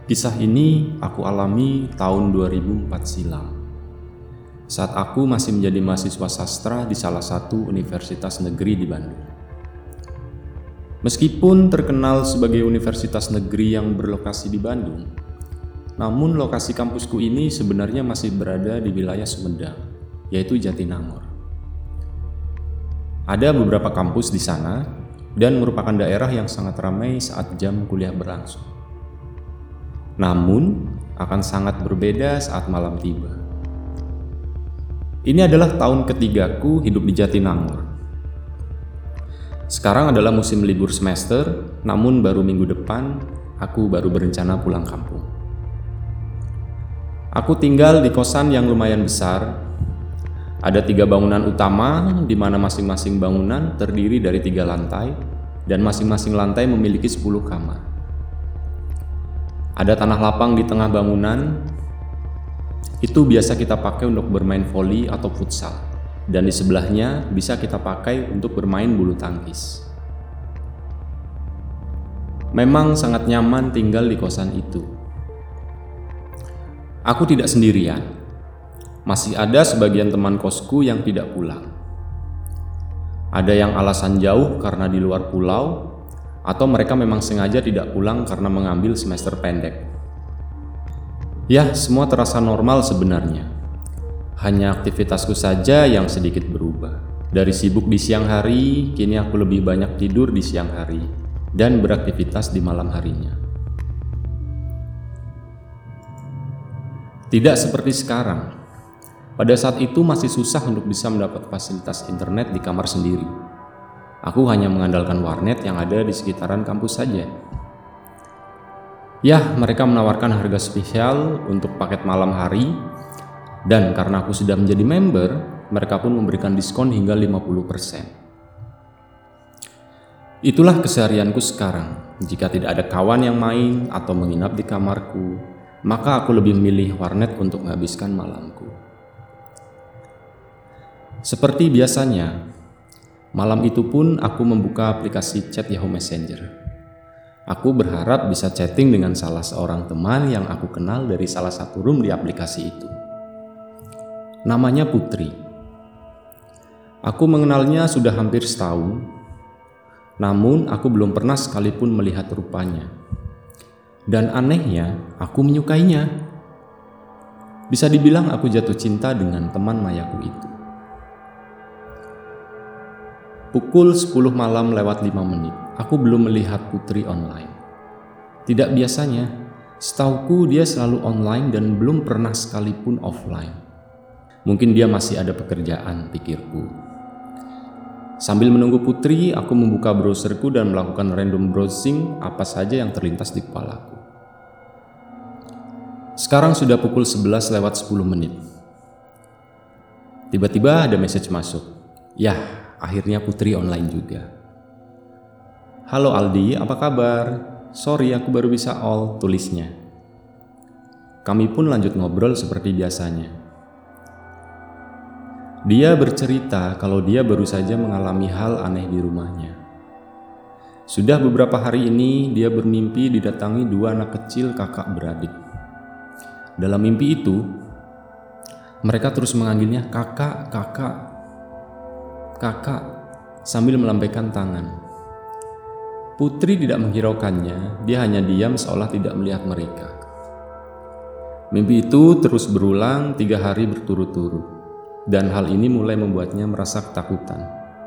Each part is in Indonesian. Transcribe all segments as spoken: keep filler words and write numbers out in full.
Kisah ini aku alami tahun dua ribu empat silam, saat aku masih menjadi mahasiswa sastra di salah satu universitas negeri di Bandung. Meskipun terkenal sebagai universitas negeri yang berlokasi di Bandung, namun lokasi kampusku ini sebenarnya masih berada di wilayah Sumedang, yaitu Jatinangor. Ada beberapa kampus di sana dan merupakan daerah yang sangat ramai saat jam kuliah berlangsung. Namun, akan sangat berbeda saat malam tiba. Ini adalah tahun ketigaku hidup di Jatinangor. Sekarang adalah musim libur semester, namun baru minggu depan aku baru berencana pulang kampung. Aku tinggal di kosan yang lumayan besar. Ada tiga bangunan utama, di mana masing-masing bangunan terdiri dari tiga lantai, dan masing-masing lantai memiliki sepuluh kamar. Ada tanah lapang di tengah bangunan. Itu biasa kita pakai untuk bermain voli atau futsal, dan di sebelahnya bisa kita pakai untuk bermain bulu tangkis. Memang sangat nyaman tinggal di kosan itu. Aku tidak sendirian. Masih ada sebagian teman kosku yang tidak pulang. Ada yang alasan jauh karena di luar pulau, atau mereka memang sengaja tidak pulang karena mengambil semester pendek. Ya, semua terasa normal sebenarnya. Hanya aktivitasku saja yang sedikit berubah. Dari sibuk di siang hari, kini aku lebih banyak tidur di siang hari dan beraktivitas di malam harinya. Tidak seperti sekarang. Pada saat itu masih susah untuk bisa mendapat fasilitas internet di kamar sendiri. Aku hanya mengandalkan warnet yang ada di sekitaran kampus saja. Ya, mereka menawarkan harga spesial untuk paket malam hari, dan karena aku sudah menjadi member, mereka pun memberikan diskon hingga lima puluh persen. Itulah keseharianku sekarang. Jika tidak ada kawan yang main atau menginap di kamarku, maka aku lebih memilih warnet untuk menghabiskan malamku. Seperti biasanya, malam itu pun aku membuka aplikasi chat Yahoo Messenger. Aku berharap bisa chatting dengan salah seorang teman yang aku kenal dari salah satu room di aplikasi itu. Namanya Putri. Aku mengenalnya sudah hampir setahun, namun aku belum pernah sekalipun melihat rupanya. Dan anehnya, aku menyukainya. Bisa dibilang aku jatuh cinta dengan teman mayaku itu. Pukul sepuluh malam lewat lima menit, aku belum melihat Putri online. Tidak biasanya, setauku dia selalu online dan belum pernah sekalipun offline. Mungkin dia masih ada pekerjaan, pikirku. Sambil menunggu Putri, aku membuka browserku dan melakukan random browsing apa saja yang terlintas di kepalaku. Sekarang sudah pukul sebelas lewat sepuluh menit. Tiba-tiba ada message masuk. Yah, akhirnya Putri online juga. Halo Aldi, apa kabar? Sorry, aku baru bisa all, tulisnya. Kami pun lanjut ngobrol seperti biasanya. Dia bercerita kalau dia baru saja mengalami hal aneh di rumahnya. Sudah beberapa hari ini dia bermimpi didatangi dua anak kecil kakak beradik. Dalam mimpi itu, mereka terus memanggilnya kakak, kakak, kakak, sambil melambaikan tangan. Putri tidak menghiraukannya, dia hanya diam seolah tidak melihat mereka. Mimpi itu terus berulang tiga hari berturut-turut, dan hal ini mulai membuatnya merasa ketakutan.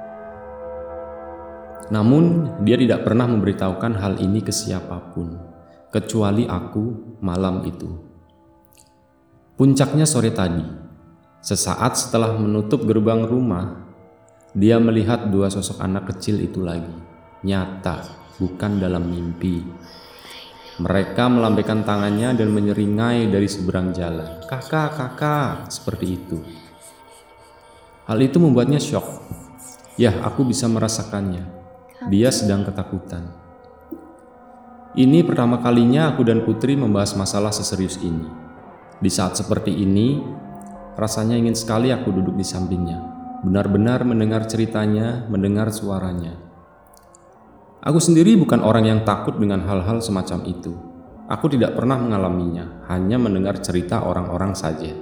Namun, dia tidak pernah memberitahukan hal ini ke siapapun, kecuali aku malam itu. Puncaknya sore tadi, sesaat setelah menutup gerbang rumah, dia melihat dua sosok anak kecil itu lagi, nyata, bukan dalam mimpi. Mereka melambaikan tangannya dan menyeringai dari seberang jalan. Kakak, kakak, seperti itu. Hal itu membuatnya syok. Ya, aku bisa merasakannya. Dia sedang ketakutan. Ini pertama kalinya aku dan Putri membahas masalah seserius ini. Di saat seperti ini, rasanya ingin sekali aku duduk di sampingnya, benar-benar mendengar ceritanya, mendengar suaranya. Aku sendiri bukan orang yang takut dengan hal-hal semacam itu. Aku tidak pernah mengalaminya, hanya mendengar cerita orang-orang saja.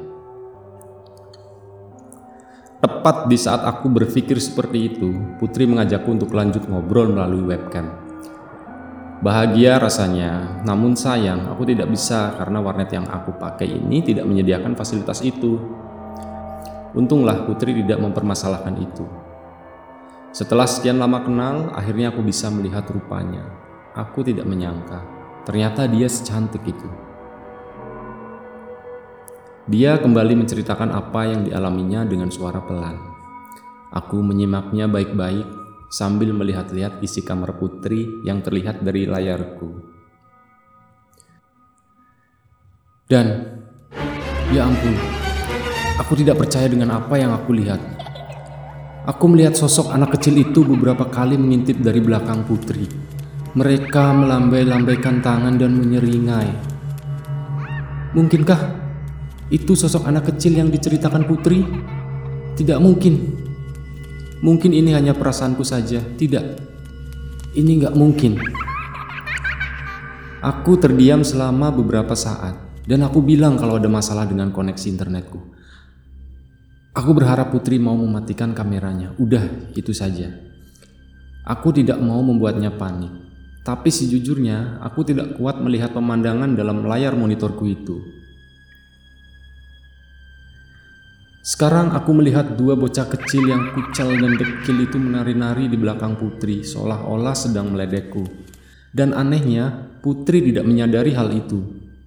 Tepat di saat aku berpikir seperti itu, Putri mengajakku untuk lanjut ngobrol melalui webcam. Bahagia rasanya, namun sayang aku tidak bisa karena warnet yang aku pakai ini tidak menyediakan fasilitas itu. Untunglah Putri tidak mempermasalahkan itu. Setelah sekian lama kenal, akhirnya aku bisa melihat rupanya. Aku tidak menyangka, ternyata dia secantik itu. Dia kembali menceritakan apa yang dialaminya dengan suara pelan. Aku menyimaknya baik-baik sambil melihat-lihat isi kamar Putri yang terlihat dari layarku. Dan, ya ampun, aku tidak percaya dengan apa yang aku lihat. Aku melihat sosok anak kecil itu beberapa kali mengintip dari belakang Putri. Mereka melambai-lambaikan tangan dan menyeringai. Mungkinkah itu sosok anak kecil yang diceritakan Putri? Tidak mungkin. Mungkin ini hanya perasaanku saja. Tidak, ini gak mungkin. Aku terdiam selama beberapa saat dan aku bilang kalau ada masalah dengan koneksi internetku. Aku berharap Putri mau mematikan kameranya. Udah, itu saja. Aku tidak mau membuatnya panik. Tapi sejujurnya aku tidak kuat melihat pemandangan dalam layar monitorku itu. Sekarang aku melihat dua bocah kecil yang kucel dan dekil itu menari-nari di belakang Putri seolah-olah sedang meledekku. Dan anehnya, Putri tidak menyadari hal itu.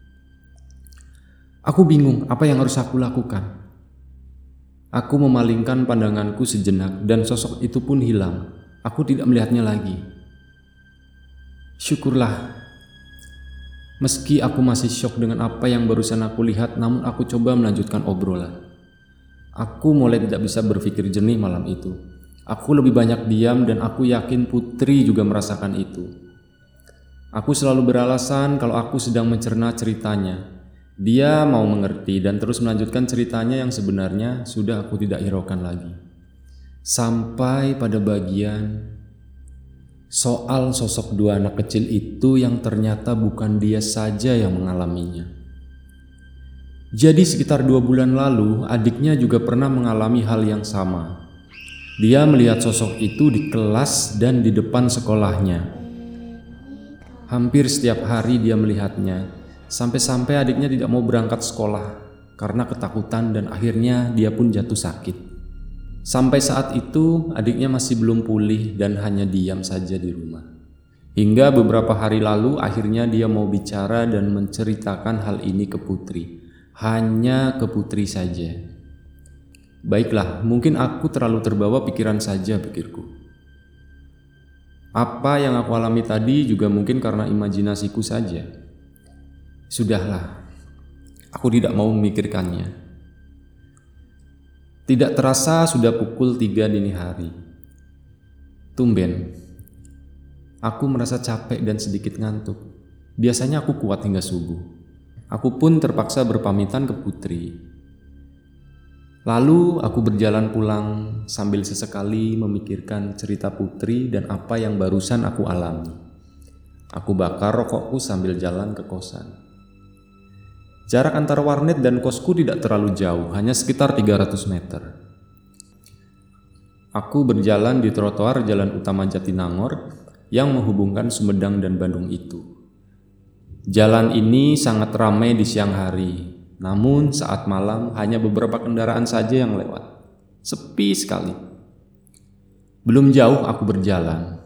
Aku bingung apa yang harus aku lakukan. Aku memalingkan pandanganku sejenak dan sosok itu pun hilang. Aku tidak melihatnya lagi. Syukurlah. Meski aku masih syok dengan apa yang barusan aku lihat, namun aku coba melanjutkan obrolan. Aku mulai tidak bisa berpikir jernih malam itu. Aku lebih banyak diam dan aku yakin Putri juga merasakan itu. Aku selalu beralasan kalau aku sedang mencerna ceritanya. Dia mau mengerti dan terus melanjutkan ceritanya yang sebenarnya sudah aku tidak hiraukan lagi. Sampai pada bagian soal sosok dua anak kecil itu yang ternyata bukan dia saja yang mengalaminya. Jadi sekitar dua bulan lalu, adiknya juga pernah mengalami hal yang sama. Dia melihat sosok itu di kelas dan di depan sekolahnya. Hampir setiap hari dia melihatnya, sampai-sampai adiknya tidak mau berangkat sekolah karena ketakutan dan akhirnya dia pun jatuh sakit. Sampai saat itu, adiknya masih belum pulih dan hanya diam saja di rumah. Hingga beberapa hari lalu, akhirnya dia mau bicara dan menceritakan hal ini ke Putri. Hanya ke Putri saja. Baiklah, mungkin aku terlalu terbawa pikiran saja, pikirku. Apa yang aku alami tadi juga mungkin karena imajinasiku saja. Sudahlah, aku tidak mau memikirkannya. Tidak terasa sudah pukul tiga dini hari. Tumben, aku merasa capek dan sedikit ngantuk. Biasanya aku kuat hingga subuh. Aku pun terpaksa berpamitan ke Putri. Lalu aku berjalan pulang sambil sesekali memikirkan cerita Putri dan apa yang barusan aku alami. Aku bakar rokokku sambil jalan ke kosan. Jarak antara warnet dan kosku tidak terlalu jauh, hanya sekitar tiga ratus meter. Aku berjalan di trotoar jalan utama Jatinangor yang menghubungkan Sumedang dan Bandung itu. Jalan ini sangat ramai di siang hari, namun saat malam hanya beberapa kendaraan saja yang lewat. Sepi sekali. Belum jauh aku berjalan.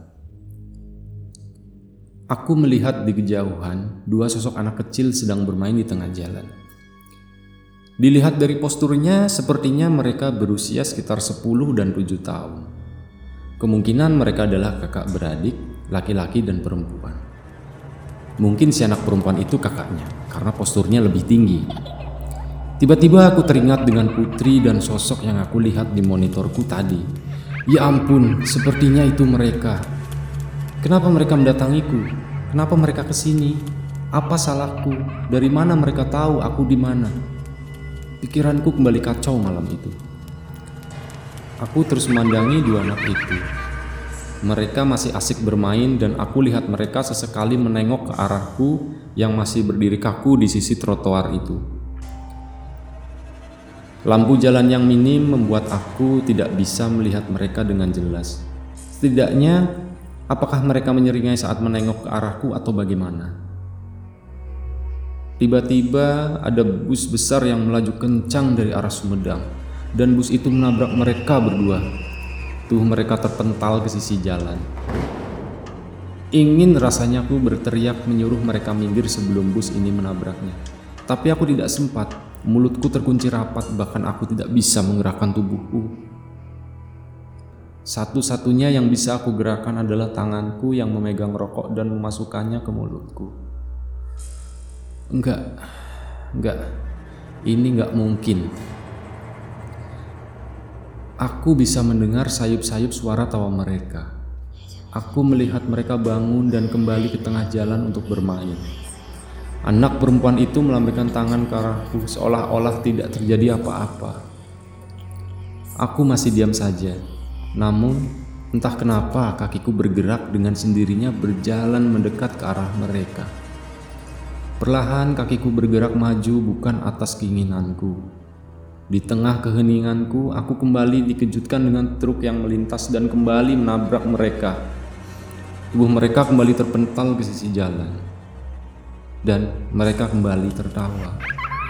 Aku melihat di kejauhan dua sosok anak kecil sedang bermain di tengah jalan. Dilihat dari posturnya, sepertinya mereka berusia sekitar sepuluh dan tujuh tahun. Kemungkinan mereka adalah kakak beradik, laki-laki dan perempuan. Mungkin si anak perempuan itu kakaknya, karena posturnya lebih tinggi. Tiba-tiba aku teringat dengan Putri dan sosok yang aku lihat di monitorku tadi. Ya ampun, sepertinya itu mereka. Kenapa mereka mendatangiku? Kenapa mereka kesini? Apa salahku? Dari mana mereka tahu aku di mana? Pikiranku kembali kacau malam itu. Aku terus memandangi dua anak itu. Mereka masih asik bermain dan aku lihat mereka sesekali menengok ke arahku yang masih berdiri kaku di sisi trotoar itu. Lampu jalan yang minim membuat aku tidak bisa melihat mereka dengan jelas. Setidaknya, apakah mereka menyeringai saat menengok ke arahku atau bagaimana? Tiba-tiba ada bus besar yang melaju kencang dari arah Sumedang, dan bus itu menabrak mereka berdua. Tuh mereka terpental ke sisi jalan. Ingin rasanya aku berteriak menyuruh mereka minggir sebelum bus ini menabraknya. Tapi aku tidak sempat, mulutku terkunci rapat, bahkan aku tidak bisa menggerakkan tubuhku. Satu-satunya yang bisa aku gerakkan adalah tanganku yang memegang rokok dan memasukkannya ke mulutku. Enggak, enggak, ini enggak mungkin. Aku bisa mendengar sayup-sayup suara tawa mereka. Aku melihat mereka bangun dan kembali ke tengah jalan untuk bermain. Anak perempuan itu melambaikan tangan ke arahku seolah-olah tidak terjadi apa-apa. Aku masih diam saja. Namun, entah kenapa kakiku bergerak dengan sendirinya berjalan mendekat ke arah mereka. Perlahan kakiku bergerak maju bukan atas keinginanku. Di tengah keheninganku, aku kembali dikejutkan dengan truk yang melintas dan kembali menabrak mereka. Tubuh mereka kembali terpental ke sisi jalan, dan mereka kembali tertawa.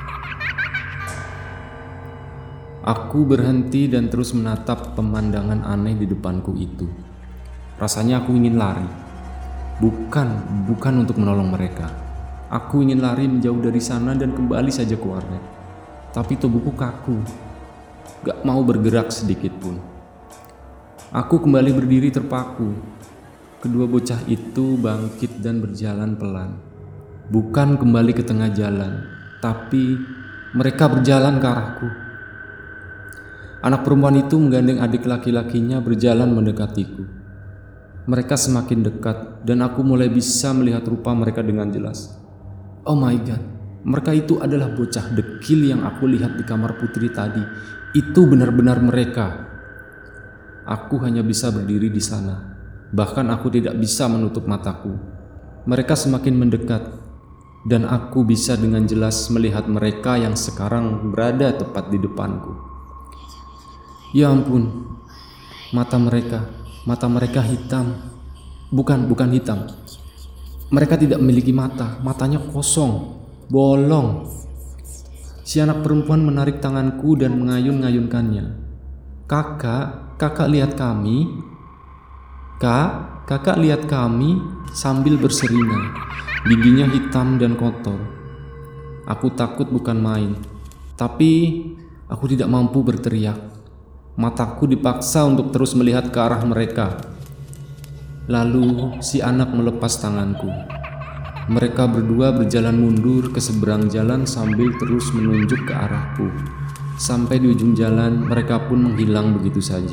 Aku berhenti dan terus menatap pemandangan aneh di depanku itu. Rasanya aku ingin lari. Bukan, bukan untuk menolong mereka. Aku ingin lari menjauh dari sana dan kembali saja ke warnet. Tapi tubuhku kaku, gak mau bergerak sedikit pun. Aku kembali berdiri terpaku. Kedua bocah itu bangkit dan berjalan pelan. Bukan kembali ke tengah jalan, tapi mereka berjalan ke arahku. Anak perempuan itu menggandeng adik laki-lakinya berjalan mendekatiku. Mereka semakin dekat dan aku mulai bisa melihat rupa mereka dengan jelas. Oh my god. Mereka itu adalah bocah dekil yang aku lihat di kamar Putri tadi. Itu benar-benar mereka. Aku hanya bisa berdiri di sana. Bahkan aku tidak bisa menutup mataku. Mereka semakin mendekat, dan aku bisa dengan jelas melihat mereka yang sekarang berada tepat di depanku. Ya ampun, mata mereka, mata mereka hitam. Bukan, bukan hitam. Mereka tidak memiliki mata, matanya kosong. Bolong. Si anak perempuan menarik tanganku dan mengayun-ngayunkannya. Kakak, kakak lihat kami. Kak, kakak lihat kami sambil berseringai. Giginya hitam dan kotor. Aku takut bukan main. Tapi aku tidak mampu berteriak. Mataku dipaksa untuk terus melihat ke arah mereka. Lalu si anak melepas tanganku. Mereka berdua berjalan mundur ke seberang jalan sambil terus menunjuk ke arahku. Sampai di ujung jalan, mereka pun menghilang begitu saja.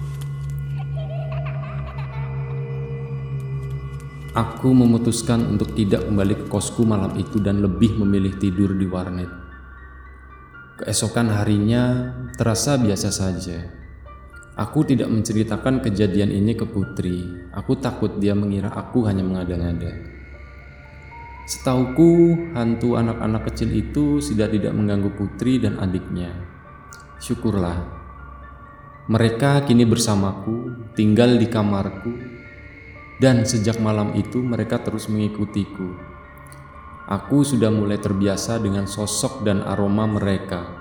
Aku memutuskan untuk tidak kembali ke kosku malam itu dan lebih memilih tidur di warnet. Keesokan harinya terasa biasa saja. Aku tidak menceritakan kejadian ini ke Putri. Aku takut dia mengira aku hanya mengada-ngada. Setauku, hantu anak-anak kecil itu sudah tidak mengganggu Putri dan adiknya. Syukurlah. Mereka kini bersamaku, tinggal di kamarku, dan sejak malam itu mereka terus mengikutiku. Aku sudah mulai terbiasa dengan sosok dan aroma mereka.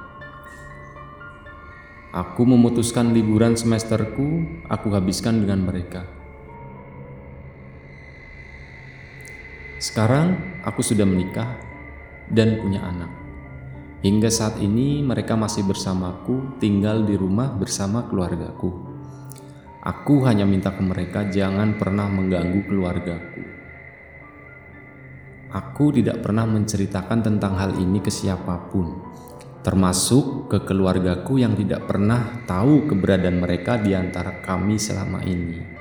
Aku memutuskan liburan semesterku, aku habiskan dengan mereka. Sekarang aku sudah menikah dan punya anak. Hingga saat ini mereka masih bersamaku, tinggal di rumah bersama keluargaku. Aku hanya minta ke mereka jangan pernah mengganggu keluargaku. Aku tidak pernah menceritakan tentang hal ini ke siapapun, termasuk ke keluargaku yang tidak pernah tahu keberadaan mereka di antara kami selama ini.